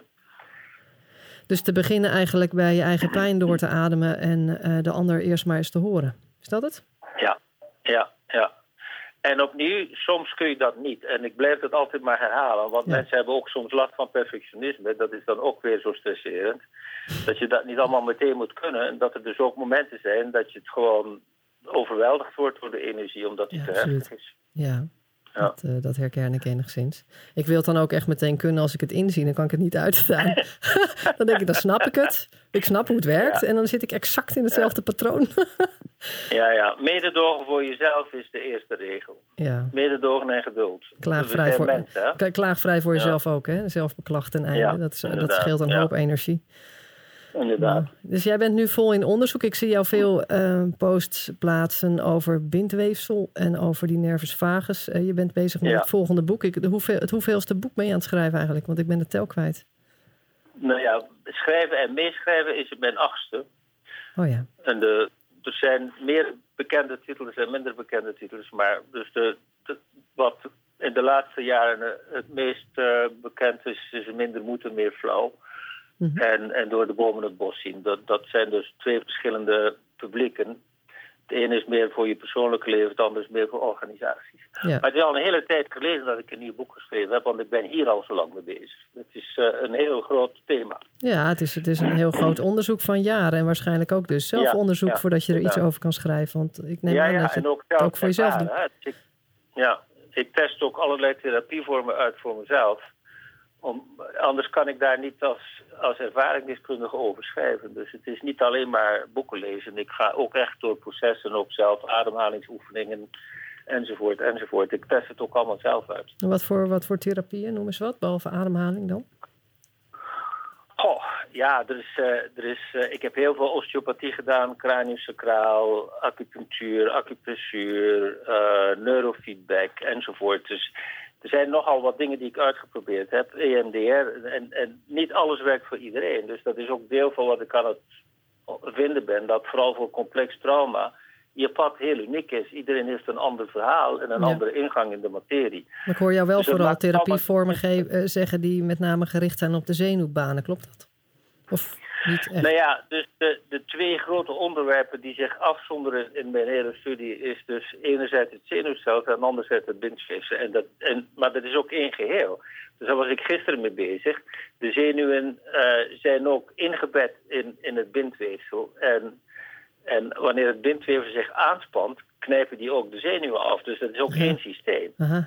Dus te beginnen eigenlijk bij je eigen pijn door te ademen en uh, de ander eerst maar eens te horen. Is dat het? Ja, ja, ja. En opnieuw, soms kun je dat niet. En ik blijf het altijd maar herhalen. Want ja. mensen hebben ook soms last van perfectionisme. Dat is dan ook weer zo stresserend. Dat je dat niet allemaal meteen moet kunnen. En dat er dus ook momenten zijn dat je het gewoon overweldigd wordt door de energie. Omdat die ja, te heftig is. Ja, ja. Dat, uh, dat herken ik enigszins. Ik wil het dan ook echt meteen kunnen als ik het inzie. Dan kan ik het niet uitstaan. Dan denk ik, dan snap ik het. Ik snap hoe het werkt. Ja. En dan zit ik exact in hetzelfde ja. patroon. Ja, ja. Mededogen voor jezelf is de eerste regel. Ja. Mededogen en geduld. Klaagvrij voor, mens, klaagvrij voor jezelf ja. ook, hè? Zelfbeklacht ten einde. Ja, dat, dat scheelt een ja. hoop energie. Inderdaad. Ja. Dus jij bent nu vol in onderzoek. Ik zie jou veel uh, posts plaatsen over bindweefsel en over die nervus vagus. Uh, je bent bezig met ja. het volgende boek. Ik, de hoeveel, het hoeveelste boek ben je aan het schrijven eigenlijk? Want ik ben de tel kwijt. Nou ja, schrijven en meeschrijven is mijn achtste. Oh ja. En de, er zijn meer bekende titels en minder bekende titels. Maar dus de, de, wat in de laatste jaren het meest uh, bekend is, is minder moeten, meer flauw. Mm-hmm. En, en door de bomen het bos zien. Dat, dat zijn dus twee verschillende publieken. Het ene is meer voor je persoonlijke leven, het andere is meer voor organisaties. Ja. Maar het is al een hele tijd geleden dat ik een nieuw boek geschreven heb, want ik ben hier al zo lang mee bezig. Het is uh, een heel groot thema. Ja, het is, het is een heel groot onderzoek van jaren en waarschijnlijk ook dus zelfonderzoek ja, ja, voordat je er iets over kan schrijven. Want ik neem ja, aan ja, dat je en ook het ook voor jezelf doet. Ik, ja, ik test ook allerlei therapievormen uit voor mezelf. Om, anders kan ik daar niet als, als ervaringsdeskundige over schrijven. Dus het is niet alleen maar boeken lezen. Ik ga ook echt door processen, ook zelf ademhalingsoefeningen enzovoort enzovoort. Ik test het ook allemaal zelf uit. En wat voor, wat voor therapieën, noem eens wat, behalve ademhaling dan? Oh, ja, er is, uh, er is, uh, ik heb heel veel osteopathie gedaan, craniosacraal, acupunctuur, acupressuur, uh, neurofeedback enzovoort. Dus er zijn nogal wat dingen die ik uitgeprobeerd heb, E M D R, en, en niet alles werkt voor iedereen. Dus dat is ook deel van wat ik aan het vinden ben, dat vooral voor complex trauma je pad heel uniek is. Iedereen heeft een ander verhaal en een ja. andere ingang in de materie. Maar ik hoor jou wel dus vooral therapievormen ge- uh, zeggen die met name gericht zijn op de zenuwbanen, klopt dat? Of niet echt? Nou ja, dus de, de twee grote onderwerpen die zich afzonderen in mijn hele studie is dus enerzijds het zenuwstelsel en anderzijds het bindweefsel. En dat, en, maar dat is ook één geheel. Dus daar was ik gisteren mee bezig. De zenuwen uh, zijn ook ingebed in, in het bindweefsel. En, en wanneer het bindweefsel zich aanspant, knijpen die ook de zenuwen af. Dus dat is ook ja. één systeem. Aha.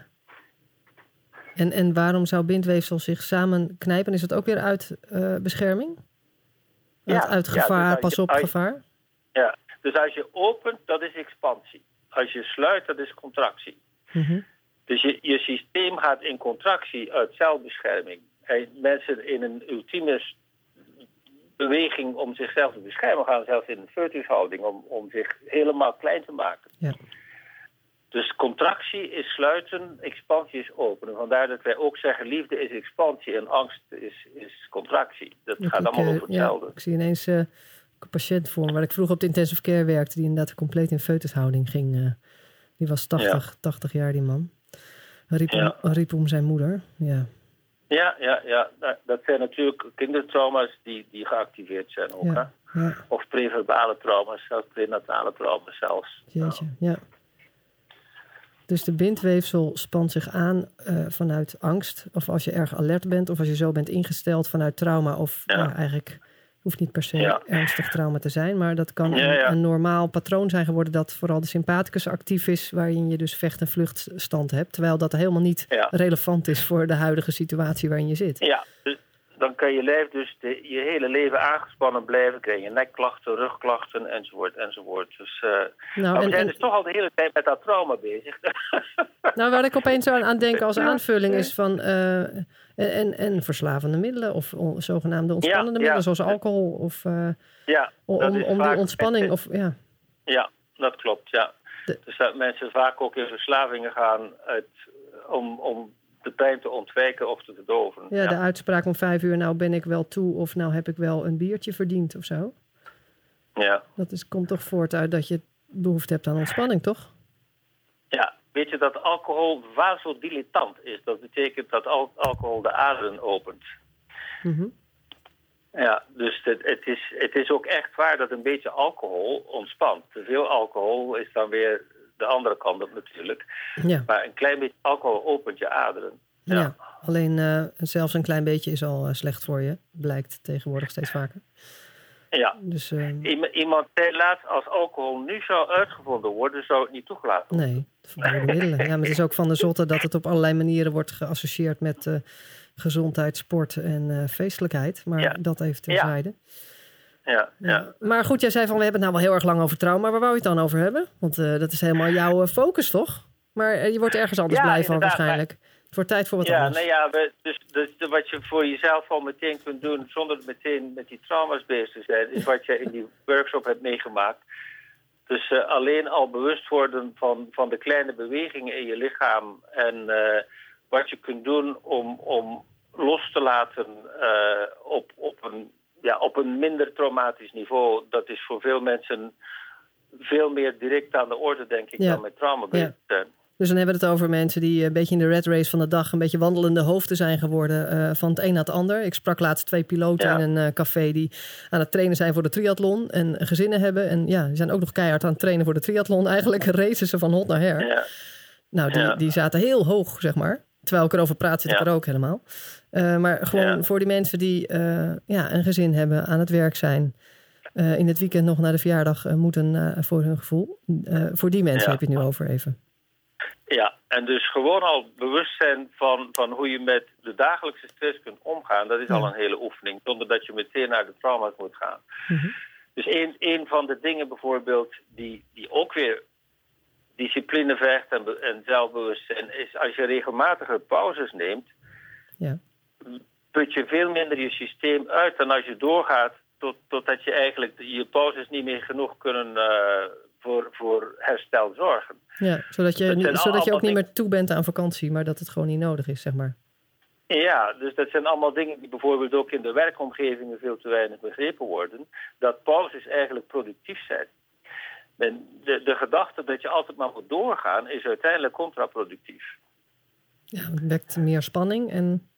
En, en waarom zou bindweefsel zich samen knijpen? Is het ook weer uit uh, bescherming? Uit, ja, uit gevaar, ja, dus pas op je, gevaar? Ja, Dus als je opent, dat is expansie. Als je sluit, dat is contractie. Mm-hmm. Dus je, je systeem gaat in contractie uit zelfbescherming. En mensen in een ultieme beweging om zichzelf te beschermen gaan zelfs in een foetushouding om, om zich helemaal klein te maken. Ja. Dus contractie is sluiten, expansie is openen. Vandaar dat wij ook zeggen, liefde is expansie en angst is, is contractie. Dat Ja, gaat ik, allemaal uh, over hetzelfde. Ja, ik zie ineens uh, een patiënt voor me, waar ik vroeger op de intensive care werkte, die inderdaad compleet in foetushouding ging. Uh, die was tachtig, ja. tachtig jaar, die man. Riep, ja. om, riep om zijn moeder. Ja. Ja, ja, ja. Dat zijn natuurlijk kindertrauma's die, die geactiveerd zijn ook. Ja, hè? Ja. Of preverbale trauma's, zelfs prenatale trauma's zelfs. Jeetje, ja. ja. Dus de bindweefsel spant zich aan uh, vanuit angst. Of als je erg alert bent. Of als je zo bent ingesteld vanuit trauma. Of ja. Ja, eigenlijk hoeft niet per se ja. ernstig trauma te zijn. Maar dat kan ja, ja. Een, een normaal patroon zijn geworden. Dat vooral de sympathicus actief is. Waarin je dus vecht- en vluchtstand hebt. Terwijl dat helemaal niet ja. relevant is voor de huidige situatie waarin je zit. Ja, dus dan kan je lijf dus de, je hele leven aangespannen blijven. Krijg je nekklachten, rugklachten enzovoort enzovoort. Dus uh, nou, maar we en, zijn en, dus toch al de hele tijd met dat trauma bezig. Nou, waar ik opeens zo aan denk als aanvulling is van uh, en, en verslavende middelen of on, zogenaamde ontspannende ja, middelen ja. zoals alcohol of uh, ja, om, om die ontspanning of ja. Ja, dat klopt. Ja. De, dus dat mensen vaak ook in verslavingen gaan uit, om, om de pijn te ontwijken of te verdoven. Ja, ja, de uitspraak om vijf uur, nou ben ik wel toe of nou heb ik wel een biertje verdiend of zo. Ja. Dat is, komt toch voort uit dat je behoefte hebt aan ontspanning, toch? Ja, weet je dat alcohol vasodilatant is? Dat betekent dat al- alcohol de aderen opent. Mm-hmm. Ja, dus het, het, is, het is ook echt waar dat een beetje alcohol ontspant. Te veel alcohol is dan weer de andere kant op natuurlijk. Ja. Maar een klein beetje alcohol opent je aderen. Ja, ja alleen uh, zelfs een klein beetje is al uh, slecht voor je. Blijkt tegenwoordig steeds vaker. Ja, dus, uh, I- iemand zei laatst, als alcohol nu zou uitgevonden worden, zou het niet toegelaten worden. Nee, verboden middelen. Ja, maar het is ook van de zotte dat het op allerlei manieren wordt geassocieerd met uh, gezondheid, sport en uh, feestelijkheid. Maar ja. dat even terzijde. Ja. Ja, ja. Ja. Maar goed, jij zei van we hebben het nou wel heel erg lang over trauma. Waar wou je het dan over hebben? Want uh, dat is helemaal jouw uh, focus, toch? Maar uh, je wordt ergens anders ja, blij van waarschijnlijk. Maar het wordt tijd voor wat ja, anders. Nou ja, we, dus, dus wat je voor jezelf al meteen kunt doen zonder meteen met die trauma's bezig te zijn, is wat je in die workshop hebt meegemaakt. Dus uh, alleen al bewust worden van, van de kleine bewegingen in je lichaam en uh, wat je kunt doen om, om los te laten uh, op, op, een, ja, op een minder traumatisch niveau. Dat is voor veel mensen veel meer direct aan de orde, denk ik, ja. dan met trauma bezig zijn. Ja. Dus dan hebben we het over mensen die een beetje in de rat race van de dag een beetje wandelende hoofden zijn geworden uh, van het een naar het ander. Ik sprak laatst twee piloten ja. in een uh, café die aan het trainen zijn voor de triathlon en gezinnen hebben. En ja, die zijn ook nog keihard aan het trainen voor de triathlon. Eigenlijk racen ze van hot naar her. Ja. Nou, die, ja. die zaten heel hoog, zeg maar. Terwijl ik erover praat, zit ik ja. er ook helemaal. Uh, maar gewoon ja. voor die mensen die uh, ja, een gezin hebben, aan het werk zijn. Uh, in het weekend nog naar de verjaardag uh, moeten uh, voor hun gevoel. Uh, voor die mensen ja. heb je het nu over even. Ja, en dus gewoon al bewust zijn van, van hoe je met de dagelijkse stress kunt omgaan. Dat is ja. al een hele oefening, zonder dat je meteen naar de trauma's moet gaan. Mm-hmm. Dus een, een van de dingen bijvoorbeeld die, die ook weer discipline vergt en, en zelfbewustzijn is als je regelmatige pauzes neemt, ja. put je veel minder je systeem uit dan als je doorgaat tot, totdat je eigenlijk je pauzes niet meer genoeg kunnen uh, voor, voor herstel zorgen. Ja, zodat je, niet, zodat je ook niet meer toe bent aan vakantie, maar dat het gewoon niet nodig is, zeg maar. Ja, dus dat zijn allemaal dingen die bijvoorbeeld ook in de werkomgevingen veel te weinig begrepen worden. Dat pauzes eigenlijk productief zijn. En de, de gedachte dat je altijd maar moet doorgaan is uiteindelijk contraproductief. Ja, het wekt meer spanning en...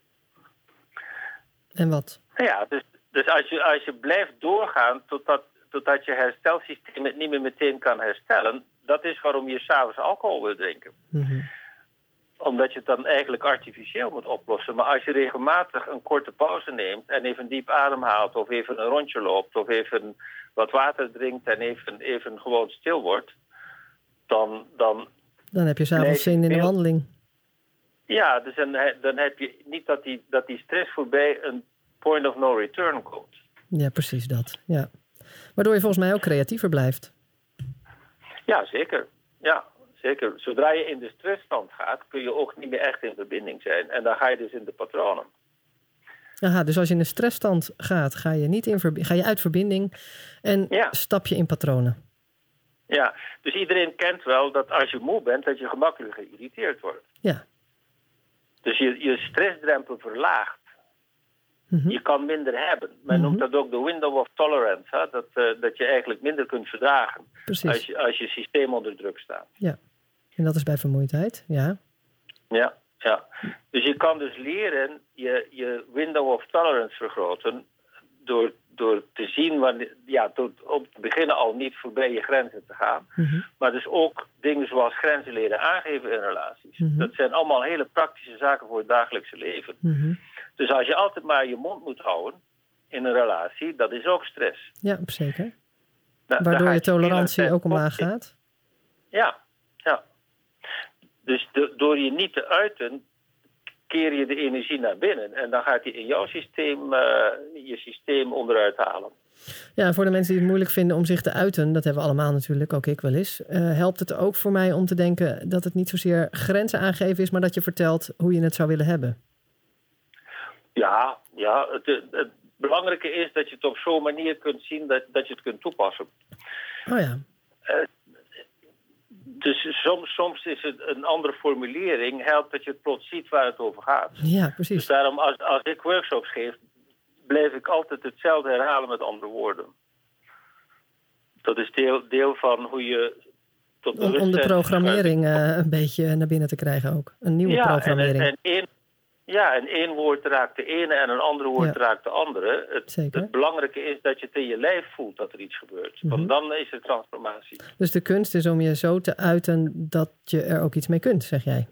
En wat? Ja, dus, dus als, je, als je blijft doorgaan totdat, totdat je herstelsysteem het niet meer meteen kan herstellen, dat is waarom je 's avonds alcohol wil drinken. Mm-hmm. Omdat je het dan eigenlijk artificieel moet oplossen. Maar als je regelmatig een korte pauze neemt en even diep ademhaalt of even een rondje loopt of even wat water drinkt en even, even gewoon stil wordt, dan... Dan, dan heb je 's avonds zin in de wandeling. Ja, dus dan, dan heb je niet dat die, dat die stress voorbij een point of no return komt. Ja, precies dat. Ja. Waardoor je volgens mij ook creatiever blijft. Ja, zeker. Ja, zeker. Zodra je in de stressstand gaat, kun je ook niet meer echt in verbinding zijn. En dan ga je dus in de patronen. Aha, dus als je in de stressstand gaat, ga je, niet in verbi- ga je uit verbinding en Ja. stap je in patronen. Ja, dus iedereen kent wel dat als je moe bent, dat je gemakkelijk geïrriteerd wordt. Ja. Dus je, je stressdrempel verlaagt. Mm-hmm. Je kan minder hebben. Men Mm-hmm. noemt dat ook de window of tolerance. Hè? Dat, uh, dat je eigenlijk minder kunt verdragen Precies. als je, als je systeem onder druk staat. Ja, en dat is bij vermoeidheid, ja. Ja, ja. Dus je kan dus leren je, je window of tolerance vergroten door, door te zien, wanneer, ja, door om te beginnen al niet voorbij je grenzen te gaan. Mm-hmm. Maar dus ook dingen zoals grenzen leren aangeven in relaties. Mm-hmm. Dat zijn allemaal hele praktische zaken voor het dagelijkse leven. Mm-hmm. Dus als je altijd maar je mond moet houden in een relatie, dat is ook stress. Ja, zeker. Nou, Waardoor dan je gaat tolerantie hele ook tijd omlaag op- gaat. Ja, ja. Dus de, door je niet te uiten, keer je de energie naar binnen. En dan gaat die in jouw systeem, uh, je systeem onderuit halen. Ja, voor de mensen die het moeilijk vinden om zich te uiten, dat hebben we allemaal natuurlijk, ook ik wel eens, uh, helpt het ook voor mij om te denken dat het niet zozeer grenzen aangeven is, maar dat je vertelt hoe je het zou willen hebben. Ja, ja het, het, het belangrijke is dat je het op zo'n manier kunt zien dat, dat je het kunt toepassen. Oh ja. Uh, dus soms, soms is het een andere formulering, helpt dat je het plots ziet waar het over gaat. Ja, precies. Dus daarom, als, als ik workshops geef, blijf ik altijd hetzelfde herhalen met andere woorden. Dat is deel, deel van hoe je tot Om, om de programmering uh, een beetje naar binnen te krijgen ook. Een nieuwe ja, programmering. En, en één, ja, en één woord raakt de ene en een ander woord ja. raakt de andere. Het, het belangrijke is dat je het in je lijf voelt dat er iets gebeurt. Mm-hmm. Want dan is het transformatie. Dus de kunst is om je zo te uiten dat je er ook iets mee kunt, zeg jij?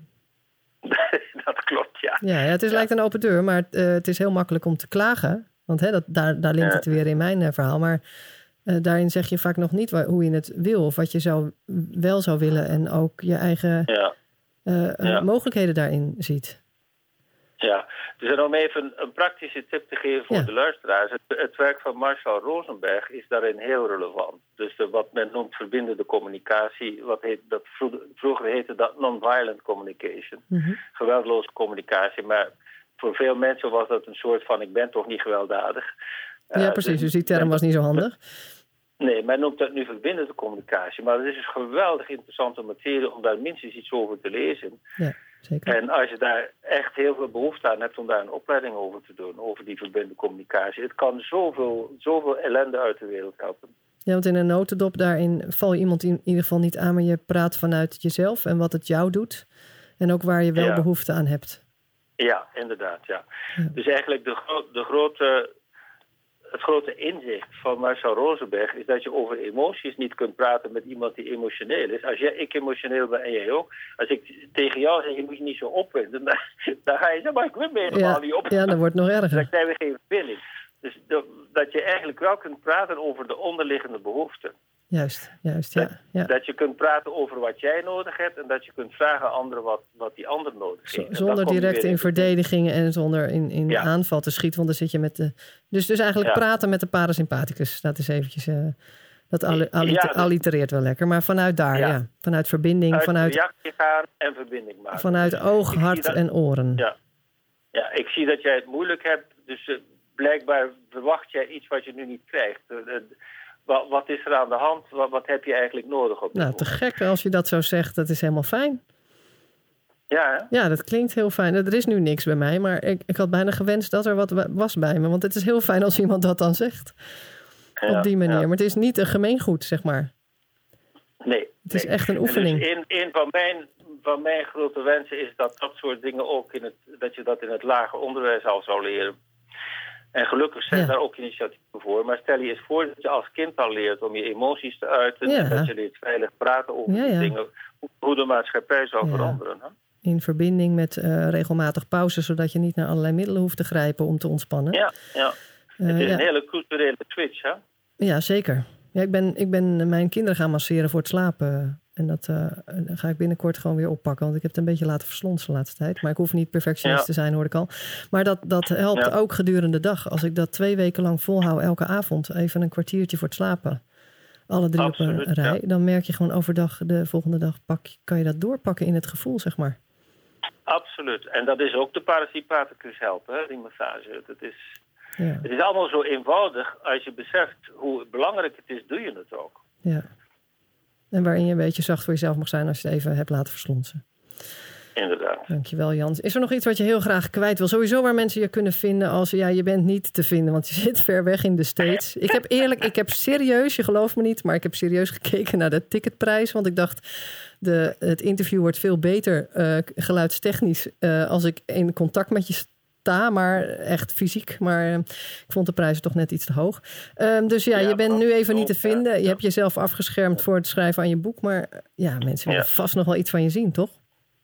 Dat klopt, ja. Ja, ja het is, ja. lijkt een open deur, maar het, uh, het is heel makkelijk om te klagen. Want hè, dat, daar, daar linkt ja. het weer in mijn uh, verhaal. Maar uh, daarin zeg je vaak nog niet waar, hoe je het wil of wat je zou, wel zou willen. En ook je eigen ja. Uh, ja. mogelijkheden daarin ziet. Ja, dus om even een praktische tip te geven voor ja. de luisteraars. Het, het werk van Marshall Rosenberg is daarin heel relevant. Dus de, wat men noemt verbindende communicatie. Wat heet, dat vroeger, vroeger heette dat non-violent communication. Mm-hmm. Geweldloze communicatie. Maar voor veel mensen was dat een soort van ik ben toch niet gewelddadig. Ja, uh, precies. Dus, dus die term was niet zo handig. Nee, men noemt dat nu verbindende communicatie. Maar het is dus geweldig interessante materie om daar minstens iets over te lezen. Ja. Zeker. En als je daar echt heel veel behoefte aan hebt om daar een opleiding over te doen, over die verbindende communicatie, het kan zoveel, zoveel ellende uit de wereld helpen. Ja, want in een notendop daarin val je iemand in ieder geval niet aan, maar je praat vanuit jezelf en wat het jou doet. En ook waar je wel ja. behoefte aan hebt. Ja, inderdaad, ja. ja. Dus eigenlijk de, gro- de grote... Het grote inzicht van Marshall Rosenberg is dat je over emoties niet kunt praten met iemand die emotioneel is. Als jij, ik emotioneel ben en jij ook. Als ik tegen jou zeg, je moet je niet zo opwinden, dan, dan ga je zeggen, maar ik wil me helemaal ja, niet op. Ja, dan wordt het nog erger. Dan krijg je geen verbinding. Dus de, dat je eigenlijk wel kunt praten over de onderliggende behoeften. Juist, juist, ja. Dat, ja. dat je kunt praten over wat jij nodig hebt en dat je kunt vragen aan anderen wat, wat die ander nodig heeft. Zonder direct in verdediging en zonder in, in ja. aanval te schieten, want dan zit je met de... Dus, dus eigenlijk ja. praten met de parasympathicus. Dat is eventjes... Uh, dat alli- alliter- ja, allitereert wel lekker. Maar vanuit daar, ja. ja. Vanuit verbinding, Uit vanuit... reactie gaan en verbinding maken. Vanuit dus oog, hart dat, en oren. Ja. ja, ik zie dat jij het moeilijk hebt. Dus uh, blijkbaar verwacht jij iets wat je nu niet krijgt. Uh, uh, Wat, wat is er aan de hand? Wat, wat heb je eigenlijk nodig op dit Nou, te gek als je dat zo zegt. Dat is helemaal fijn. Ja, hè? Ja, dat klinkt heel fijn. Er is nu niks bij mij, maar ik, ik had bijna gewenst dat er wat was bij me. Want het is heel fijn als iemand dat dan zegt. Ja, op die manier. Ja. Maar het is niet een gemeengoed, zeg maar. Nee. Het is nee. echt een oefening. Dus een, een van mijn, van mijn grote wensen is dat dat soort dingen ook in het, dat je dat in het lager onderwijs al zou leren. En gelukkig zijn ja. daar ook initiatieven voor. Maar stel je eens voor dat je als kind al leert om je emoties te uiten. Ja. En dat je leert veilig praten over ja, ja. die dingen. Hoe de maatschappij zou ja. veranderen. Hè? In verbinding met uh, regelmatig pauze. Zodat je niet naar allerlei middelen hoeft te grijpen om te ontspannen. Ja, ja. Uh, het is ja. een hele culturele switch, hè? Ja, zeker. Ja, ik, ben, ik ben mijn kinderen gaan masseren voor het slapen En dat uh, dan ga ik binnenkort gewoon weer oppakken. Want ik heb het een beetje laten verslonsen de laatste tijd. Maar ik hoef niet perfectionist ja. te zijn, hoorde ik al. Maar dat, dat helpt ja. ook gedurende de dag. Als ik dat twee weken lang volhoud, elke avond even een kwartiertje voor het slapen. Alle drie Absoluut, op een rij. Ja. Dan merk je gewoon overdag, de volgende dag pak, kan je dat doorpakken in het gevoel, zeg maar. Absoluut. En dat is ook de parasympathicus helpen, hè, die massage. Dat is, ja. Het is allemaal zo eenvoudig. Als je beseft hoe belangrijk het is, doe je het ook. Ja. En waarin je een beetje zacht voor jezelf mag zijn als je het even hebt laten verslonsen. Inderdaad. Dankjewel, Jan. Is er nog iets wat je heel graag kwijt wil? Sowieso waar mensen je kunnen vinden als ja, je bent niet te vinden, want je zit ver weg in de States. Ik heb eerlijk, ik heb serieus, je gelooft me niet, maar ik heb serieus gekeken naar de ticketprijs, want ik dacht, de, het interview wordt veel beter uh, geluidstechnisch uh, als ik in contact met je sta, maar echt fysiek. Maar uh, ik vond de prijzen toch net iets te hoog. Um, dus ja, ja, je bent nu even niet te vinden. Je hebt jezelf afgeschermd voor het schrijven aan je boek, maar ja, mensen willen ja. vast nog wel iets van je zien, toch?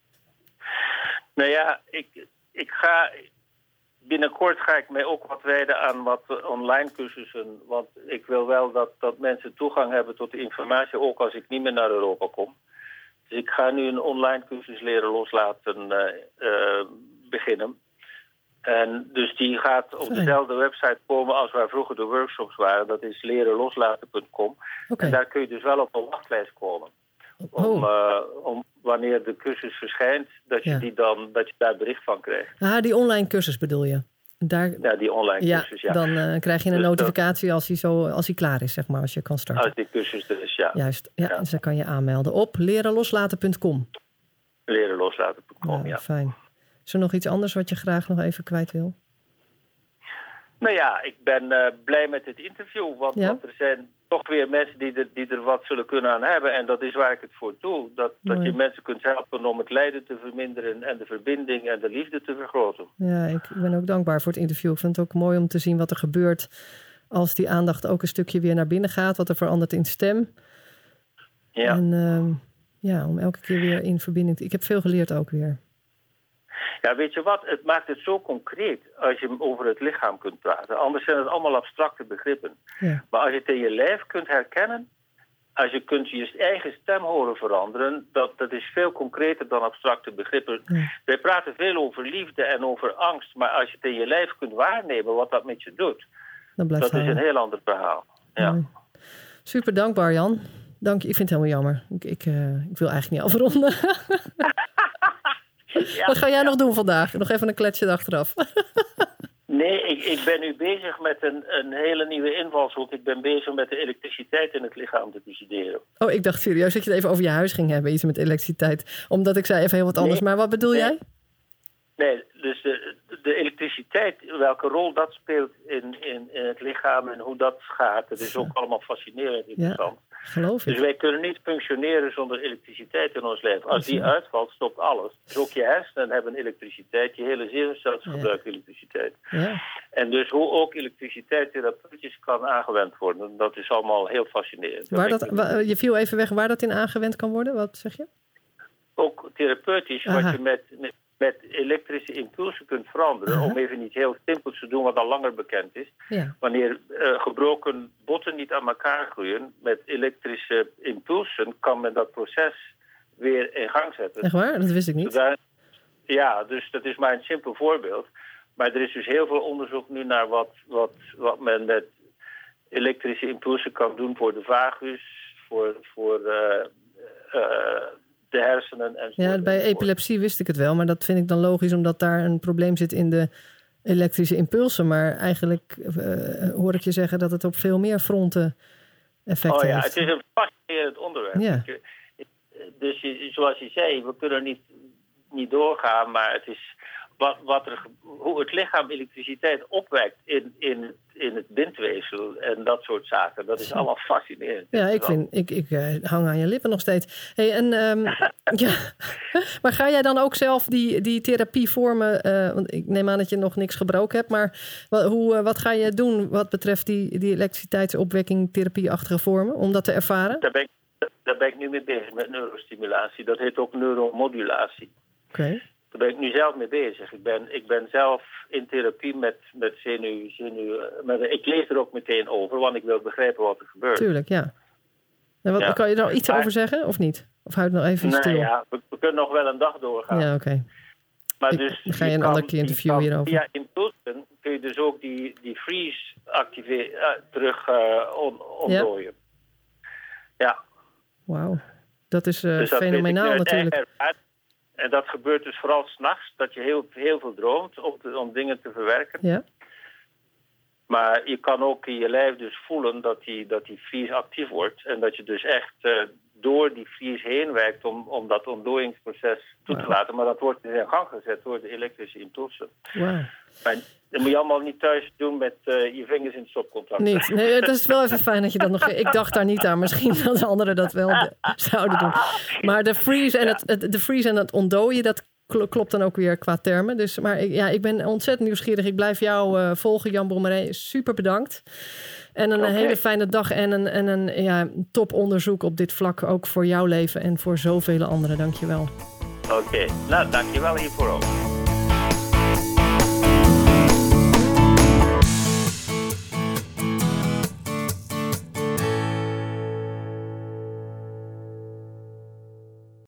Nou ja, ik, ik ga binnenkort ga ik mij ook wat wijden aan wat online cursussen. Want ik wil wel dat, dat mensen toegang hebben tot de informatie, ook als ik niet meer naar Europa kom. Dus ik ga nu een online cursus leren loslaten uh, uh, beginnen. En dus die gaat op dezelfde website komen als waar vroeger de workshops waren. Dat is leren loslaten punt com. Okay. En daar kun je dus wel op een wachtlijst komen. Om, oh. uh, om wanneer de cursus verschijnt, dat je, ja. die dan, dat je daar bericht van krijgt. Ah, die online cursus bedoel je? Daar... Ja, die online ja, cursus, ja. Dan uh, krijg je een dus notificatie dat... als hij zo, als hij klaar is, zeg maar, als je kan starten. Als die cursus er is, ja. Juist, ja, ja. Dus dan kan je aanmelden op leren loslaten punt com. leren loslaten punt com, ja, ja. Fijn. Is er nog iets anders wat je graag nog even kwijt wil? Nou ja, ik ben uh, blij met dit interview, want, ja? want er zijn toch weer mensen die er, die er wat zullen kunnen aan hebben. En dat is waar ik het voor doe. Dat, dat je mensen kunt helpen om het lijden te verminderen en de verbinding en de liefde te vergroten. Ja, ik ben ook dankbaar voor het interview. Ik vind het ook mooi om te zien wat er gebeurt als die aandacht ook een stukje weer naar binnen gaat. Wat er verandert in stem. Ja. En uh, ja, om elke keer weer in verbinding te... Ik heb veel geleerd ook weer. Ja, weet je wat? Het maakt het zo concreet als je over het lichaam kunt praten. Anders zijn het allemaal abstracte begrippen. Ja. Maar als je het in je lijf kunt herkennen, als je kunt je eigen stem horen veranderen, dat, dat is veel concreter dan abstracte begrippen. Ja. Wij praten veel over liefde en over angst, maar als je het in je lijf kunt waarnemen wat dat met je doet, dat houden. Is een heel ander verhaal. Ja. Ja. Super dankbaar, Jan. Dank je. Ik vind het helemaal jammer. Ik, ik, uh, ik wil eigenlijk niet afronden. Ja, wat ga jij ja. nog doen vandaag? Nog even een kletsje achteraf. Nee, ik, ik ben nu bezig met een, een hele nieuwe invalshoek. Ik ben bezig met de elektriciteit in het lichaam te bestuderen. Oh, ik dacht serieus dat je het even over je huis ging hebben. Iets met elektriciteit. Omdat ik zei even heel wat anders. Nee, maar wat bedoel nee. jij? Nee, dus de, de elektriciteit, welke rol dat speelt in, in, in het lichaam en hoe dat gaat, dat is ook allemaal fascinerend interessant. Ja, geloof ik. Dus wij kunnen niet functioneren zonder elektriciteit in ons leven. Als die uitvalt, stopt alles. Dus ook je hersenen hebben elektriciteit, je hele zenuwstelsel gebruikt ja. elektriciteit. Ja. En dus hoe ook elektriciteit therapeutisch kan aangewend worden, dat is allemaal heel fascinerend. Waar dat, waar, je viel even weg waar dat in aangewend kan worden, wat zeg je? Ook therapeutisch, Aha. wat je met... met met elektrische impulsen kunt veranderen. Uh-huh. Om even niet heel simpel te doen wat al langer bekend is. Ja. Wanneer uh, gebroken botten niet aan elkaar groeien, met elektrische impulsen kan men dat proces weer in gang zetten. Echt waar? Dat wist ik niet. Zodat, ja, dus dat is maar een simpel voorbeeld. Maar er is dus heel veel onderzoek nu naar wat, wat, wat men met elektrische impulsen kan doen voor de vagus, voor... voor uh, uh, de hersenen en zo. Ja, bij epilepsie wist ik het wel, maar dat vind ik dan logisch omdat daar een probleem zit in de elektrische impulsen. Maar eigenlijk uh, hoor ik je zeggen dat het op veel meer fronten effect heeft. Oh ja, heeft. Het is een fascinerend onderwerp. Ja. Dus je, zoals je zei, we kunnen niet, niet doorgaan, maar het is wat, wat er, hoe het lichaam elektriciteit opwekt in, in, in het bindweefsel en dat soort zaken. Dat is allemaal fascinerend. Ja, ik, vind, ik, ik uh, hang aan je lippen nog steeds. Hey, en, um, ja. Maar ga jij dan ook zelf die, die therapievormen, uh, want ik neem aan dat je nog niks gebroken hebt, maar wat, hoe, uh, wat ga je doen wat betreft die, die elektriciteitsopwekking therapieachtige vormen, om dat te ervaren? Daar ben ik, daar ben ik nu mee bezig met neurostimulatie. Dat heet ook neuromodulatie. Oké. Okay. Daar ben ik nu zelf mee bezig. Ik ben, ik ben zelf in therapie met, met zenuw... zenuw met, ik lees er ook meteen over, want ik wil begrijpen wat er gebeurt. Tuurlijk, ja. En wat, ja. Kan je er al iets maar, over zeggen, of niet? Of houd nog even nee, stil? Ja, we, we kunnen nog wel een dag doorgaan. Ja, oké. Okay. Maar Ik, dus dan ga je een kan, andere keer interview kan, hierover. Via impulsen kun je dus ook die, die freeze active- uh, terug uh, on, ontdooien. Ja. ja. Wauw. Dat is uh, dus dat fenomenaal natuurlijk. En dat gebeurt dus vooral 's nachts, dat je heel, heel veel droomt om, te, om dingen te verwerken. Ja. Maar je kan ook in je lijf dus voelen dat die, dat die freeze actief wordt. En dat je dus echt uh, door die freeze heen werkt om, om dat ontdooingsproces toe te wow. laten. Maar dat wordt in gang gezet door de elektrische impulsen. Wow. Maar dat moet je allemaal niet thuis doen met uh, je vingers in het stopcontact. Niet. Nee, het is wel even fijn dat je dat nog... Ik dacht daar niet aan. Misschien dat de anderen dat wel de, zouden doen. Maar de freeze en het, het, de freeze en het ontdooien, dat klopt dan ook weer qua termen. Dus, maar ik, ja, ik ben ontzettend nieuwsgierig. Ik blijf jou uh, volgen, Jan Brommeré. Super bedankt. En een okay. hele fijne dag en een, en een ja, toponderzoek op dit vlak. Ook voor jouw leven en voor zoveel anderen. Dank je wel. Oké, okay. Nou, dank je wel hiervoor ook.